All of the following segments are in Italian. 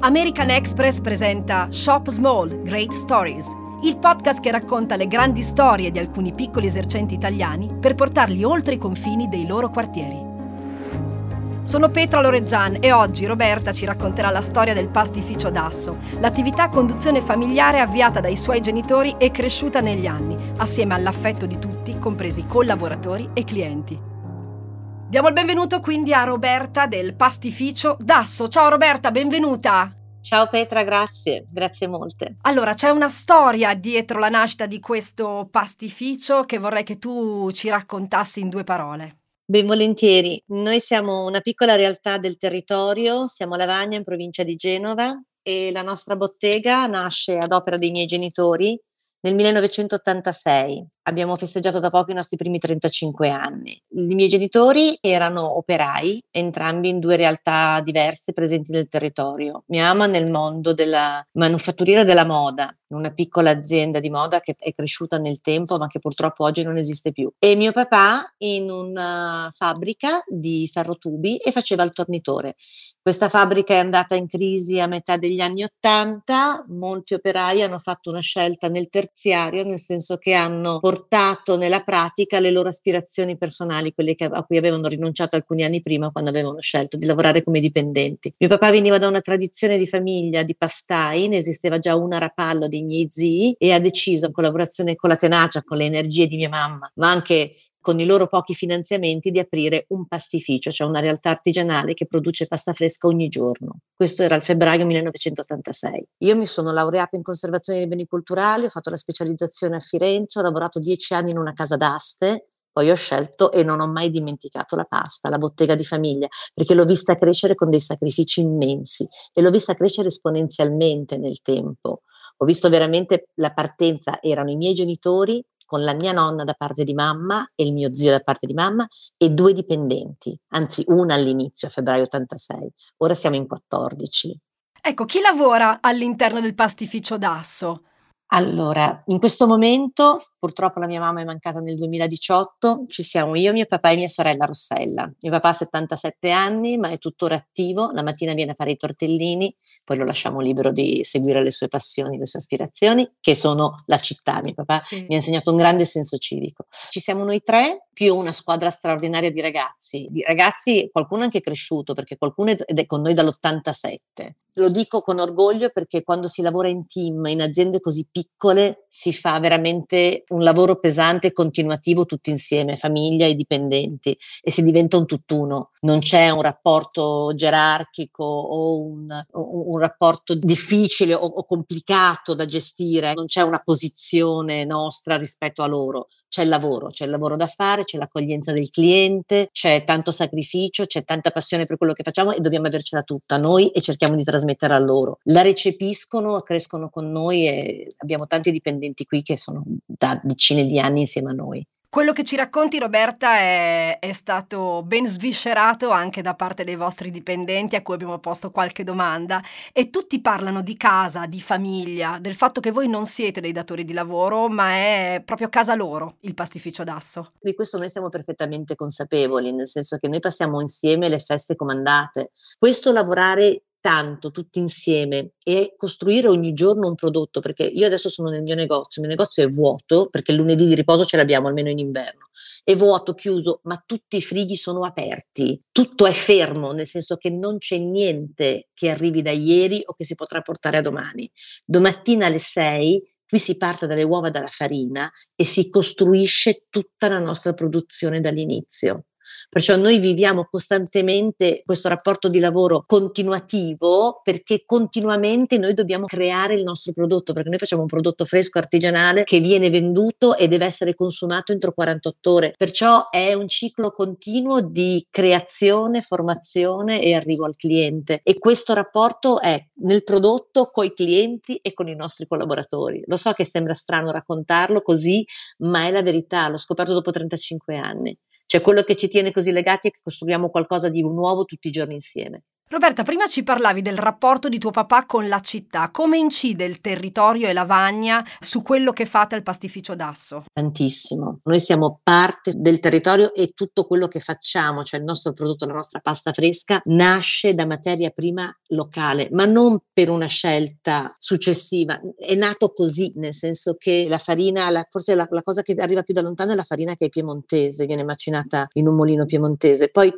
American Express presenta Shop Small, Great Stories, il podcast che racconta le grandi storie di alcuni piccoli esercenti italiani per portarli oltre i confini dei loro quartieri. Sono Petra Loreggian e oggi Roberta ci racconterà la storia del pastificio Dasso, l'attività a conduzione familiare avviata dai suoi genitori e cresciuta negli anni, assieme all'affetto di tutti, compresi collaboratori e clienti. Diamo il benvenuto quindi a Roberta del pastificio Dasso. Ciao Roberta, benvenuta! Ciao Petra, grazie molte. Allora, c'è una storia dietro la nascita di questo pastificio che vorrei che tu ci raccontassi in 2 parole. Ben volentieri. Noi siamo una piccola realtà del territorio, siamo a Lavagna in provincia di Genova e la nostra bottega nasce ad opera dei miei genitori nel 1986. Abbiamo festeggiato da poco i nostri primi 35 anni. I miei genitori erano operai, entrambi in 2 realtà diverse presenti nel territorio. Mia mamma nel mondo della manufatturiera della moda, una piccola azienda di moda che è cresciuta nel tempo ma che purtroppo oggi non esiste più. E mio papà in una fabbrica di ferrotubi e faceva il tornitore. Questa fabbrica è andata in crisi a metà degli anni '80, molti operai hanno fatto una scelta nel terziario, nel senso che hanno portato nella pratica le loro aspirazioni personali, quelle a cui avevano rinunciato alcuni anni prima quando avevano scelto di lavorare come dipendenti. Mio papà veniva da una tradizione di famiglia di pastai, ne esisteva già una a Rapallo dei miei zii e ha deciso, in collaborazione con la tenacia, con le energie di mia mamma, ma anche con i loro pochi finanziamenti, di aprire un pastificio, cioè una realtà artigianale che produce pasta fresca ogni giorno. Questo era il febbraio 1986. Io mi sono laureata in conservazione dei beni culturali, ho fatto la specializzazione a Firenze, ho lavorato 10 anni in una casa d'aste, poi ho scelto e non ho mai dimenticato la pasta, la bottega di famiglia, perché l'ho vista crescere con dei sacrifici immensi e l'ho vista crescere esponenzialmente nel tempo. Ho visto veramente la partenza, erano i miei genitori con la mia nonna da parte di mamma e il mio zio da parte di mamma e 2 dipendenti, anzi una all'inizio, a febbraio 86. Ora siamo in 14. Ecco, chi lavora all'interno del pastificio Dasso? Allora, in questo momento, purtroppo la mia mamma è mancata nel 2018, ci siamo io, mio papà e mia sorella Rossella. Mio papà ha 77 anni, ma è tuttora attivo, la mattina viene a fare i tortellini, poi lo lasciamo libero di seguire le sue passioni, le sue aspirazioni, che sono la città. Mio papà mi ha insegnato un grande senso civico. Ci siamo noi 3, più una squadra straordinaria di ragazzi, qualcuno è anche cresciuto, perché qualcuno è con noi dall'87. Lo dico con orgoglio perché quando si lavora in team, in aziende così piccole, si fa veramente un lavoro pesante e continuativo tutti insieme, famiglia e dipendenti, e si diventa un tutt'uno. Non c'è un rapporto gerarchico o un rapporto difficile o complicato da gestire, non c'è una posizione nostra rispetto a loro. C'è il lavoro da fare, c'è l'accoglienza del cliente, c'è tanto sacrificio, c'è tanta passione per quello che facciamo e dobbiamo avercela tutta noi e cerchiamo di trasmetterla a loro. La recepiscono, crescono con noi e abbiamo tanti dipendenti qui che sono da decine di anni insieme a noi. Quello che ci racconti, Roberta, è stato ben sviscerato anche da parte dei vostri dipendenti a cui abbiamo posto qualche domanda e tutti parlano di casa, di famiglia, del fatto che voi non siete dei datori di lavoro, ma è proprio casa loro il pastificio Dasso. Di questo noi siamo perfettamente consapevoli, nel senso che noi passiamo insieme le feste comandate. Questo lavorare tanto tutti insieme e costruire ogni giorno un prodotto, perché io adesso sono nel mio negozio è vuoto perché il lunedì di riposo ce l'abbiamo almeno in inverno, è vuoto, chiuso, ma tutti i frighi sono aperti, tutto è fermo, nel senso che non c'è niente che arrivi da ieri o che si potrà portare a domani. Domattina alle 6 qui si parte dalle uova, dalla farina e si costruisce tutta la nostra produzione dall'inizio. Perciò noi viviamo costantemente questo rapporto di lavoro continuativo perché continuamente noi dobbiamo creare il nostro prodotto, perché noi facciamo un prodotto fresco artigianale che viene venduto e deve essere consumato entro 48 ore. Perciò è un ciclo continuo di creazione, formazione e arrivo al cliente e questo rapporto è nel prodotto coi clienti e con i nostri collaboratori. Lo so che sembra strano raccontarlo così, ma è la verità, l'ho scoperto dopo 35 anni. Cioè quello che ci tiene così legati è che costruiamo qualcosa di nuovo tutti i giorni insieme. Roberta, prima ci parlavi del rapporto di tuo papà con la città. Come incide il territorio e Lavagna su quello che fate al pastificio d'Asso? Tantissimo. Noi siamo parte del territorio e tutto quello che facciamo, cioè il nostro prodotto, la nostra pasta fresca, nasce da materia prima locale, ma non per una scelta successiva. È nato così, nel senso che la farina, forse la cosa che arriva più da lontano è la farina che è piemontese, viene macinata in un mulino piemontese. Poi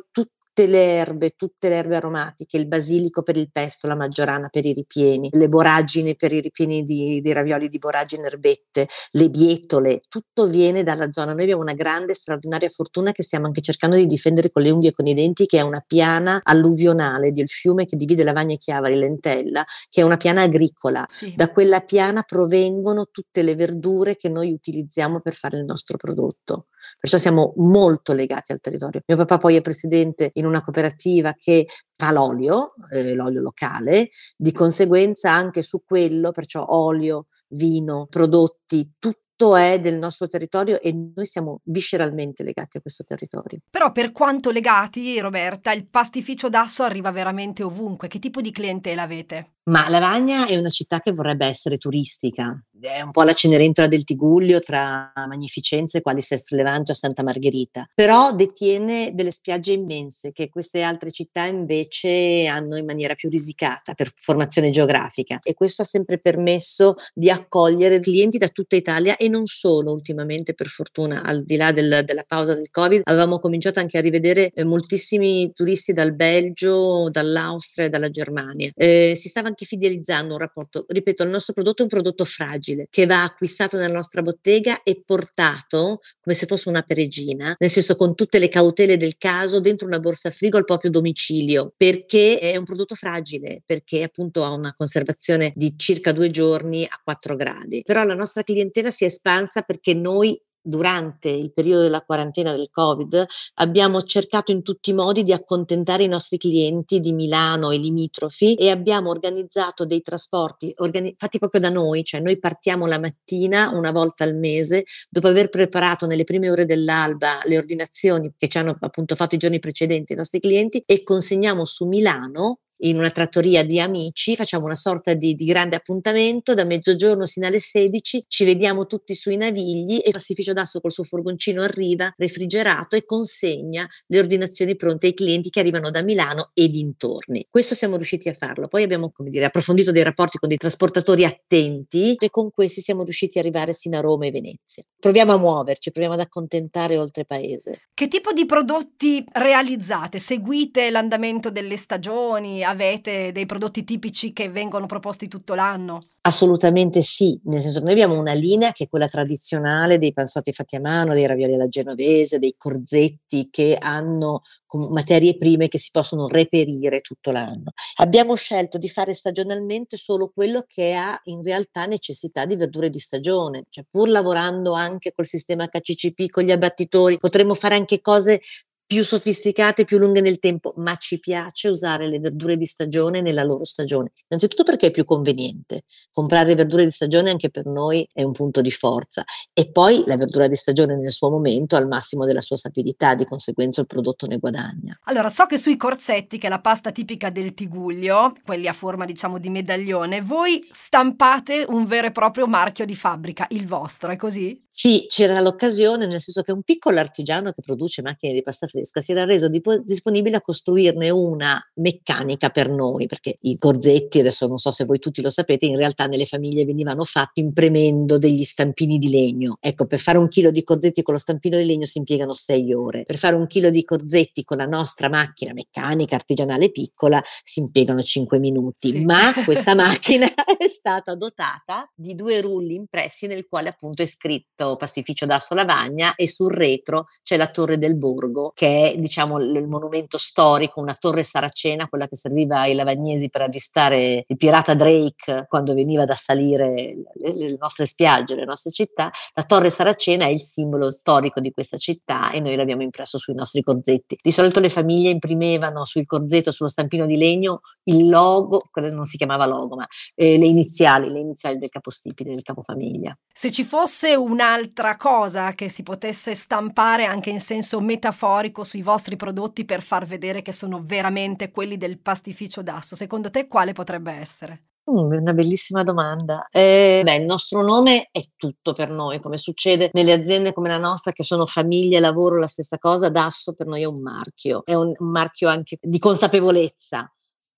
tutte le erbe aromatiche, il basilico per il pesto, la maggiorana per i ripieni, le boragine per i ripieni di ravioli di boragine erbette, le bietole, tutto viene dalla zona. Noi abbiamo una grande, straordinaria fortuna che stiamo anche cercando di difendere con le unghie e con i denti, che è una piana alluvionale del fiume che divide Lavagna e Chiavari, l'Entella, che è una piana agricola. Sì. Da quella piana provengono tutte le verdure che noi utilizziamo per fare il nostro prodotto. Perciò siamo molto legati al territorio. Mio papà poi è presidente in una cooperativa che fa l'olio locale, di conseguenza anche su quello, perciò olio, vino, prodotti, tutto è del nostro territorio e noi siamo visceralmente legati a questo territorio. Però per quanto legati, Roberta, il pastificio d'Asso arriva veramente ovunque. Che tipo di clientela avete? Ma Lavagna è una città che vorrebbe essere turistica, è un po' la Cenerentola del Tigullio tra magnificenze quali Sestri Levanto e Santa Margherita, però detiene delle spiagge immense che queste altre città invece hanno in maniera più risicata per formazione geografica, e questo ha sempre permesso di accogliere clienti da tutta Italia e non solo. Ultimamente, per fortuna, al di là della pausa del Covid, avevamo cominciato anche a rivedere moltissimi turisti dal Belgio, dall'Austria e dalla Germania. Si stava anche fidelizzando un rapporto. Ripeto, il nostro prodotto è un prodotto fragile che va acquistato nella nostra bottega e portato come se fosse una peregina, nel senso con tutte le cautele del caso, dentro una borsa frigo al proprio domicilio, perché è un prodotto fragile, perché appunto ha una conservazione di circa 2 giorni a 4 gradi. Però la nostra clientela si è espansa perché noi, durante il periodo della quarantena del Covid, abbiamo cercato in tutti i modi di accontentare i nostri clienti di Milano e limitrofi e abbiamo organizzato dei trasporti fatti proprio da noi, cioè noi partiamo la mattina una volta al mese, dopo aver preparato nelle prime ore dell'alba le ordinazioni che ci hanno appunto fatto i giorni precedenti i nostri clienti, e consegniamo su Milano in una trattoria di amici, facciamo una sorta di grande appuntamento, da mezzogiorno sino alle 16 ci vediamo tutti sui Navigli e il pastificio d'Asso col suo furgoncino arriva refrigerato e consegna le ordinazioni pronte ai clienti che arrivano da Milano e dintorni. Questo siamo riusciti a farlo. Poi abbiamo, come dire, approfondito dei rapporti con dei trasportatori attenti e con questi siamo riusciti ad arrivare sino a Roma e Venezia. Proviamo a muoverci, proviamo ad accontentare oltre paese. Che tipo di prodotti realizzate? Seguite l'andamento delle stagioni? Avete dei prodotti tipici che vengono proposti tutto l'anno? Assolutamente sì, nel senso che noi abbiamo una linea che è quella tradizionale dei panzotti fatti a mano, dei ravioli alla genovese, dei corzetti che hanno materie prime che si possono reperire tutto l'anno. Abbiamo scelto di fare stagionalmente solo quello che ha in realtà necessità di verdure di stagione, cioè pur lavorando anche col sistema HCCP, con gli abbattitori, potremmo fare anche cose più sofisticate, più lunghe nel tempo, ma ci piace usare le verdure di stagione nella loro stagione. Innanzitutto perché è più conveniente. Comprare verdure di stagione anche per noi è un punto di forza. E poi la verdura di stagione nel suo momento al massimo della sua sapidità, di conseguenza il prodotto ne guadagna. Allora, so che sui corzetti, che è la pasta tipica del Tigullio, quelli a forma diciamo di medaglione, voi stampate un vero e proprio marchio di fabbrica, il vostro, è così? Sì, c'era l'occasione, nel senso che un piccolo artigiano che produce macchine di pasta fresca si era reso disponibile a costruirne una meccanica per noi, perché i corzetti, adesso non so se voi tutti lo sapete, in realtà nelle famiglie venivano fatti impremendo degli stampini di legno. Ecco, per fare 1 chilo di corzetti con lo stampino di legno si impiegano 6 ore. Per fare 1 chilo di corzetti con la nostra macchina meccanica artigianale piccola si impiegano 5 minuti. Sì. Ma questa macchina è stata dotata di 2 rulli impressi nel quale appunto è scritto pastificio d'Asso Lavagna, e sul retro c'è la Torre del Borgo, che è diciamo il monumento storico, una torre saracena, quella che serviva ai lavagnesi per avvistare il pirata Drake quando veniva ad assalire le nostre spiagge, le nostre città. La torre saracena è il simbolo storico di questa città e noi l'abbiamo impresso sui nostri corzetti. Di solito le famiglie imprimevano sul corzetto, sullo stampino di legno, il logo, quello non si chiamava logo, ma le iniziali del capostipite, del capofamiglia. Se ci fosse una un'altra cosa che si potesse stampare anche in senso metaforico sui vostri prodotti per far vedere che sono veramente quelli del pastificio Dasso, secondo te quale potrebbe essere? Una bellissima domanda. Il nostro nome è tutto per noi, come succede nelle aziende come la nostra che sono famiglia e lavoro, la stessa cosa. Dasso per noi è un marchio anche di consapevolezza.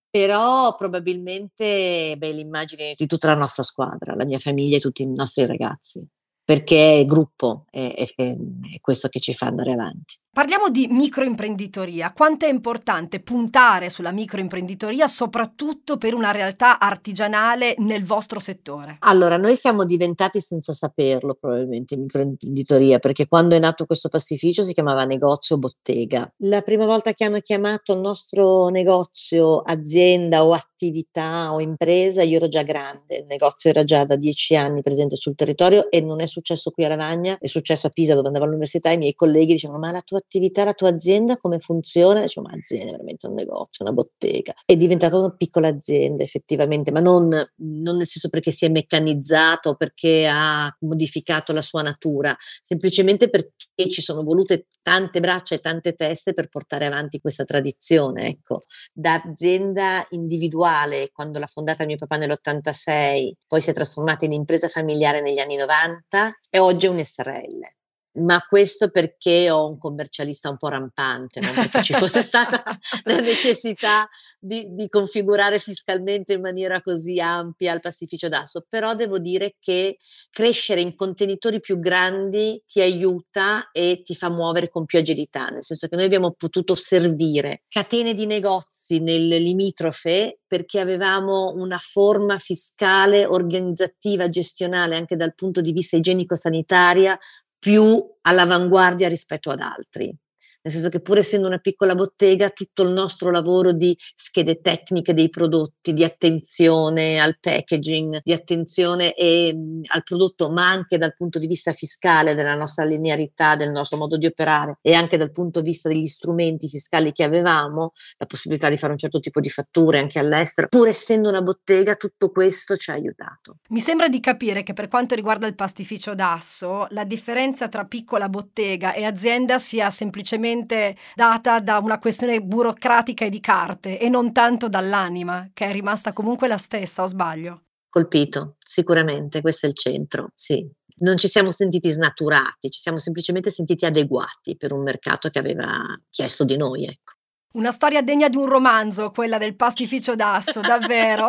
Però probabilmente, l'immagine di tutta la nostra squadra, la mia famiglia e tutti i nostri ragazzi, perché è gruppo, è questo che ci fa andare avanti. Parliamo di microimprenditoria. Quanto è importante puntare sulla microimprenditoria, soprattutto per una realtà artigianale nel vostro settore? Allora, noi siamo diventati senza saperlo probabilmente microimprenditoria, perché quando è nato questo pastificio si chiamava negozio bottega. La prima volta che hanno chiamato il nostro negozio azienda o attività o impresa, io ero già grande, il negozio era già da 10 anni presente sul territorio e non è successo qui a Lavagna, è successo a Pisa dove andavo all'università e i miei colleghi dicevano: ma la tua attività, la tua azienda come funziona? Dicevo: ma azienda è veramente un negozio, una bottega. È diventata una piccola azienda effettivamente, ma non nel senso perché si è meccanizzato o perché ha modificato la sua natura, semplicemente perché ci sono volute tante braccia e tante teste per portare avanti questa tradizione. Ecco, da azienda individuale, quando l'ha fondata mio papà nell'86, poi si è trasformata in impresa familiare negli anni 90 e oggi è un SRL. Ma questo perché ho un commercialista un po' rampante, non perché ci fosse stata la necessità di configurare fiscalmente in maniera così ampia il pastificio Dasso, però devo dire che crescere in contenitori più grandi ti aiuta e ti fa muovere con più agilità, nel senso che noi abbiamo potuto servire catene di negozi nel limitrofe perché avevamo una forma fiscale, organizzativa, gestionale anche dal punto di vista igienico-sanitaria più all'avanguardia rispetto ad altri. Nel senso che pur essendo una piccola bottega, tutto il nostro lavoro di schede tecniche dei prodotti, di attenzione al packaging, di attenzione al prodotto, ma anche dal punto di vista fiscale, della nostra linearità, del nostro modo di operare e anche dal punto di vista degli strumenti fiscali che avevamo, la possibilità di fare un certo tipo di fatture anche all'estero, pur essendo una bottega, tutto questo ci ha aiutato. Mi sembra di capire che per quanto riguarda il pastificio Dasso, la differenza tra piccola bottega e azienda sia semplicemente data da una questione burocratica e di carte e non tanto dall'anima, che è rimasta comunque la stessa, o sbaglio? Colpito, sicuramente, questo è il centro, sì. Non ci siamo sentiti snaturati, ci siamo semplicemente sentiti adeguati per un mercato che aveva chiesto di noi, ecco. Una storia degna di un romanzo, quella del pastificio Dasso, davvero.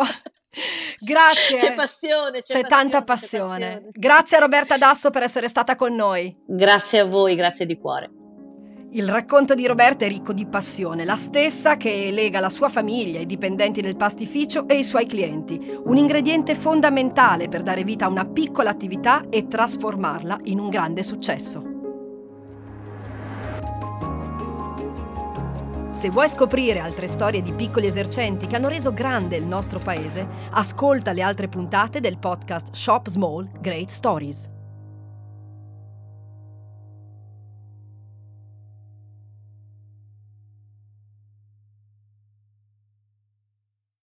Grazie. C'è passione, c'è tanta passione. Grazie a Roberta Dasso per essere stata con noi. Grazie a voi, grazie di cuore. Il racconto di Roberta è ricco di passione, la stessa che lega la sua famiglia, i dipendenti del pastificio e i suoi clienti, un ingrediente fondamentale per dare vita a una piccola attività e trasformarla in un grande successo. Se vuoi scoprire altre storie di piccoli esercenti che hanno reso grande il nostro paese, ascolta le altre puntate del podcast Shop Small, Great Stories.